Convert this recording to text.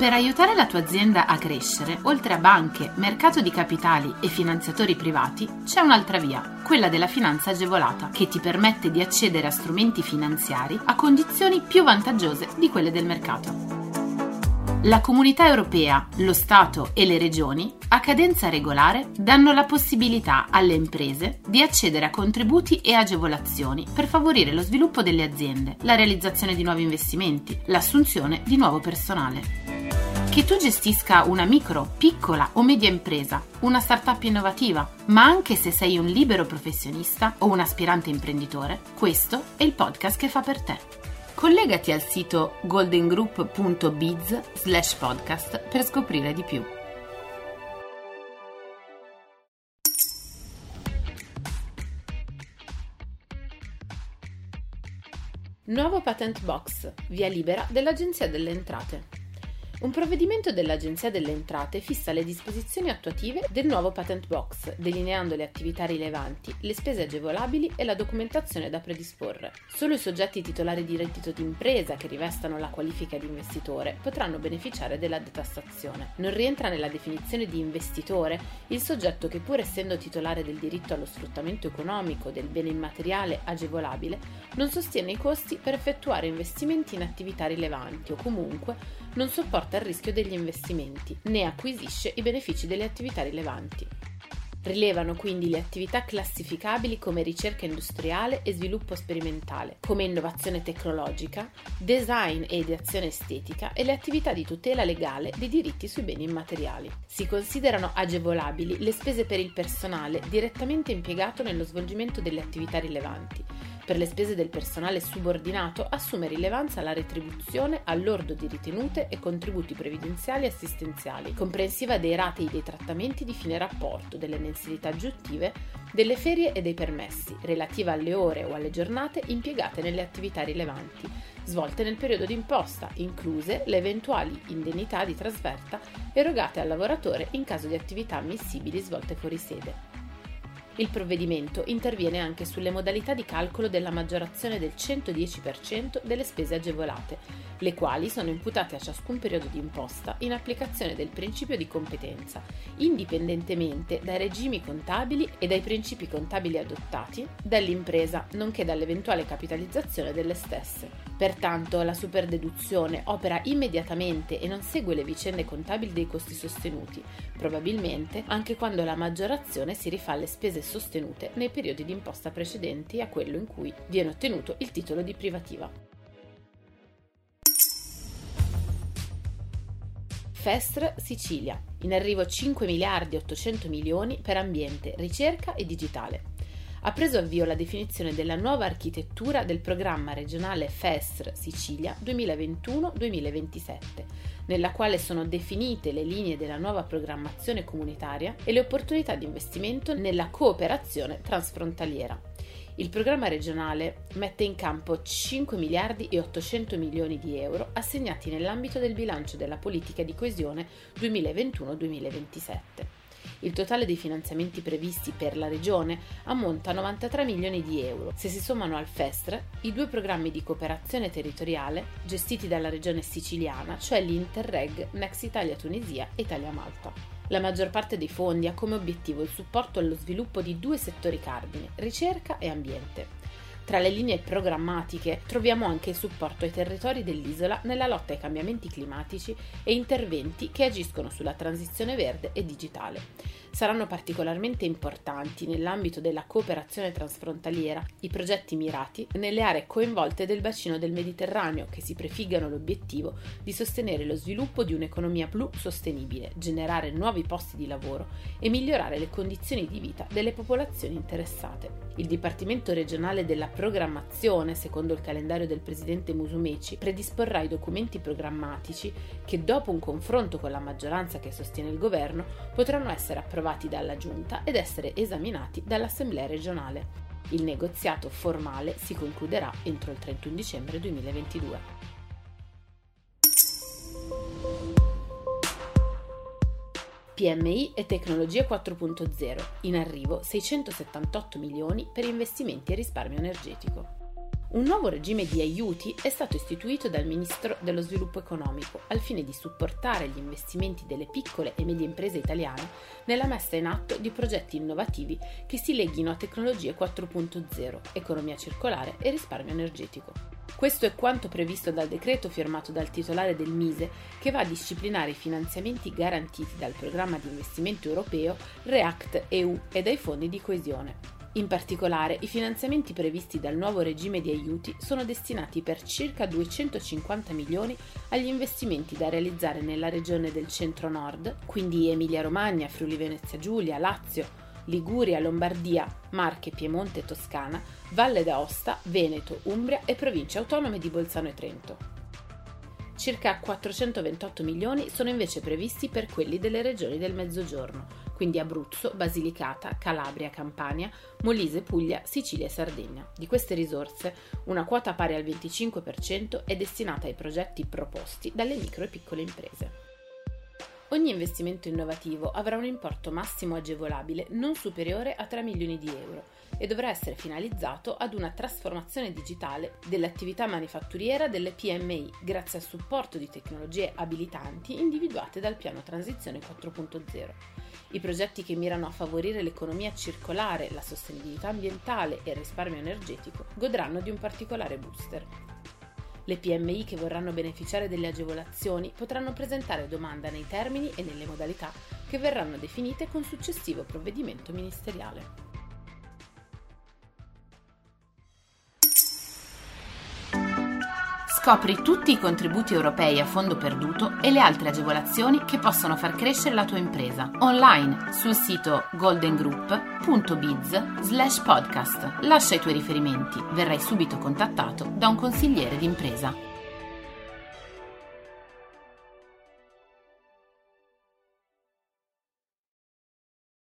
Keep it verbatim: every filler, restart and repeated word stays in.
Per aiutare la tua azienda a crescere, oltre a banche, mercato di capitali e finanziatori privati, c'è un'altra via, quella della finanza agevolata, che ti permette di accedere a strumenti finanziari a condizioni più vantaggiose di quelle del mercato. La Comunità Europea, lo Stato e le Regioni, a cadenza regolare, danno la possibilità alle imprese di accedere a contributi e agevolazioni per favorire lo sviluppo delle aziende, la realizzazione di nuovi investimenti, l'assunzione di nuovo personale. Che tu gestisca una micro, piccola o media impresa, una startup innovativa, ma anche se sei un libero professionista o un aspirante imprenditore, questo è il podcast che fa per te. Collegati al sito goldengroup punto biz slash podcast per scoprire di più. Nuovo Patent Box, via libera dell'Agenzia delle Entrate. Un provvedimento dell'Agenzia delle Entrate fissa le disposizioni attuative del nuovo Patent Box, delineando le attività rilevanti, le spese agevolabili e la documentazione da predisporre. Solo i soggetti titolari di reddito d'impresa che rivestano la qualifica di investitore potranno beneficiare della detassazione. Non rientra nella definizione di investitore il soggetto che, pur essendo titolare del diritto allo sfruttamento economico del bene immateriale agevolabile, non sostiene i costi per effettuare investimenti in attività rilevanti o comunque non sopporta il rischio degli investimenti, né acquisisce i benefici delle attività rilevanti. Rilevano quindi le attività classificabili come ricerca industriale e sviluppo sperimentale, come innovazione tecnologica, design e ideazione estetica e le attività di tutela legale dei diritti sui beni immateriali. Si considerano agevolabili le spese per il personale direttamente impiegato nello svolgimento delle attività rilevanti. Per le spese del personale subordinato assume rilevanza la retribuzione al lordo di ritenute e contributi previdenziali e assistenziali, comprensiva dei ratei dei trattamenti di fine rapporto, delle mensilità aggiuntive, delle ferie e dei permessi, relativa alle ore o alle giornate impiegate nelle attività rilevanti, svolte nel periodo d'imposta, incluse le eventuali indennità di trasferta erogate al lavoratore in caso di attività ammissibili svolte fuori sede. Il provvedimento interviene anche sulle modalità di calcolo della maggiorazione del centodieci per cento delle spese agevolate, le quali sono imputate a ciascun periodo di imposta in applicazione del principio di competenza, indipendentemente dai regimi contabili e dai principi contabili adottati dall'impresa, nonché dall'eventuale capitalizzazione delle stesse. Pertanto, la superdeduzione opera immediatamente e non segue le vicende contabili dei costi sostenuti, probabilmente anche quando la maggiorazione si rifà alle spese sostenute nei periodi di imposta precedenti a quello in cui viene ottenuto il titolo di privativa. FESR Sicilia, in arrivo cinque miliardi e ottocento milioni per ambiente, ricerca e digitale. Ha preso avvio la definizione della nuova architettura del programma regionale FESR Sicilia duemilaventuno duemilaventisette, nella quale sono definite le linee della nuova programmazione comunitaria e le opportunità di investimento nella cooperazione transfrontaliera. Il programma regionale mette in campo cinque miliardi e ottocento milioni di euro assegnati nell'ambito del bilancio della politica di coesione duemilaventuno duemilaventisette. Il totale dei finanziamenti previsti per la regione ammonta a novantatré milioni di euro. Se si sommano al FESR i due programmi di cooperazione territoriale gestiti dalla regione siciliana, cioè l'Interreg Next Italia Tunisia e Italia Malta. La maggior parte dei fondi ha come obiettivo il supporto allo sviluppo di due settori cardine, ricerca e ambiente. Tra le linee programmatiche troviamo anche il supporto ai territori dell'isola nella lotta ai cambiamenti climatici e interventi che agiscono sulla transizione verde e digitale. Saranno particolarmente importanti nell'ambito della cooperazione transfrontaliera i progetti mirati nelle aree coinvolte del bacino del Mediterraneo che si prefiggano l'obiettivo di sostenere lo sviluppo di un'economia blu sostenibile, generare nuovi posti di lavoro e migliorare le condizioni di vita delle popolazioni interessate. Il Dipartimento regionale della programmazione, secondo il calendario del presidente Musumeci, predisporrà i documenti programmatici che, dopo un confronto con la maggioranza che sostiene il governo, potranno essere approvati dalla Giunta ed essere esaminati dall'Assemblea regionale. Il negoziato formale si concluderà entro il trentuno dicembre duemilaventidue. P M I e tecnologie quattro punto zero, in arrivo seicentosettantotto milioni per investimenti e risparmio energetico. Un nuovo regime di aiuti è stato istituito dal Ministro dello Sviluppo Economico al fine di supportare gli investimenti delle piccole e medie imprese italiane nella messa in atto di progetti innovativi che si leghino a tecnologie quattro punto zero, economia circolare e risparmio energetico. Questo è quanto previsto dal decreto firmato dal titolare del Mise, che va a disciplinare i finanziamenti garantiti dal programma di investimento europeo React E U e dai fondi di coesione. In particolare, i finanziamenti previsti dal nuovo regime di aiuti sono destinati per circa duecentocinquanta milioni agli investimenti da realizzare nella regione del centro-nord, quindi Emilia-Romagna, Friuli-Venezia Giulia, Lazio, Liguria, Lombardia, Marche, Piemonte e Toscana, Valle d'Aosta, Veneto, Umbria e province autonome di Bolzano e Trento. Circa quattrocentoventotto milioni sono invece previsti per quelli delle regioni del Mezzogiorno, quindi Abruzzo, Basilicata, Calabria, Campania, Molise, Puglia, Sicilia e Sardegna. Di queste risorse, una quota pari al venticinque per cento è destinata ai progetti proposti dalle micro e piccole imprese. Ogni investimento innovativo avrà un importo massimo agevolabile non superiore a tre milioni di euro e dovrà essere finalizzato ad una trasformazione digitale dell'attività manifatturiera delle P M I grazie al supporto di tecnologie abilitanti individuate dal piano Transizione quattro punto zero. I progetti che mirano a favorire l'economia circolare, la sostenibilità ambientale e il risparmio energetico godranno di un particolare booster. Le P M I che vorranno beneficiare delle agevolazioni potranno presentare domanda nei termini e nelle modalità che verranno definite con successivo provvedimento ministeriale. Scopri tutti i contributi europei a fondo perduto e le altre agevolazioni che possono far crescere la tua impresa online sul sito goldengroup punto biz slash podcast. Lascia i tuoi riferimenti, verrai subito contattato da un consigliere d'impresa.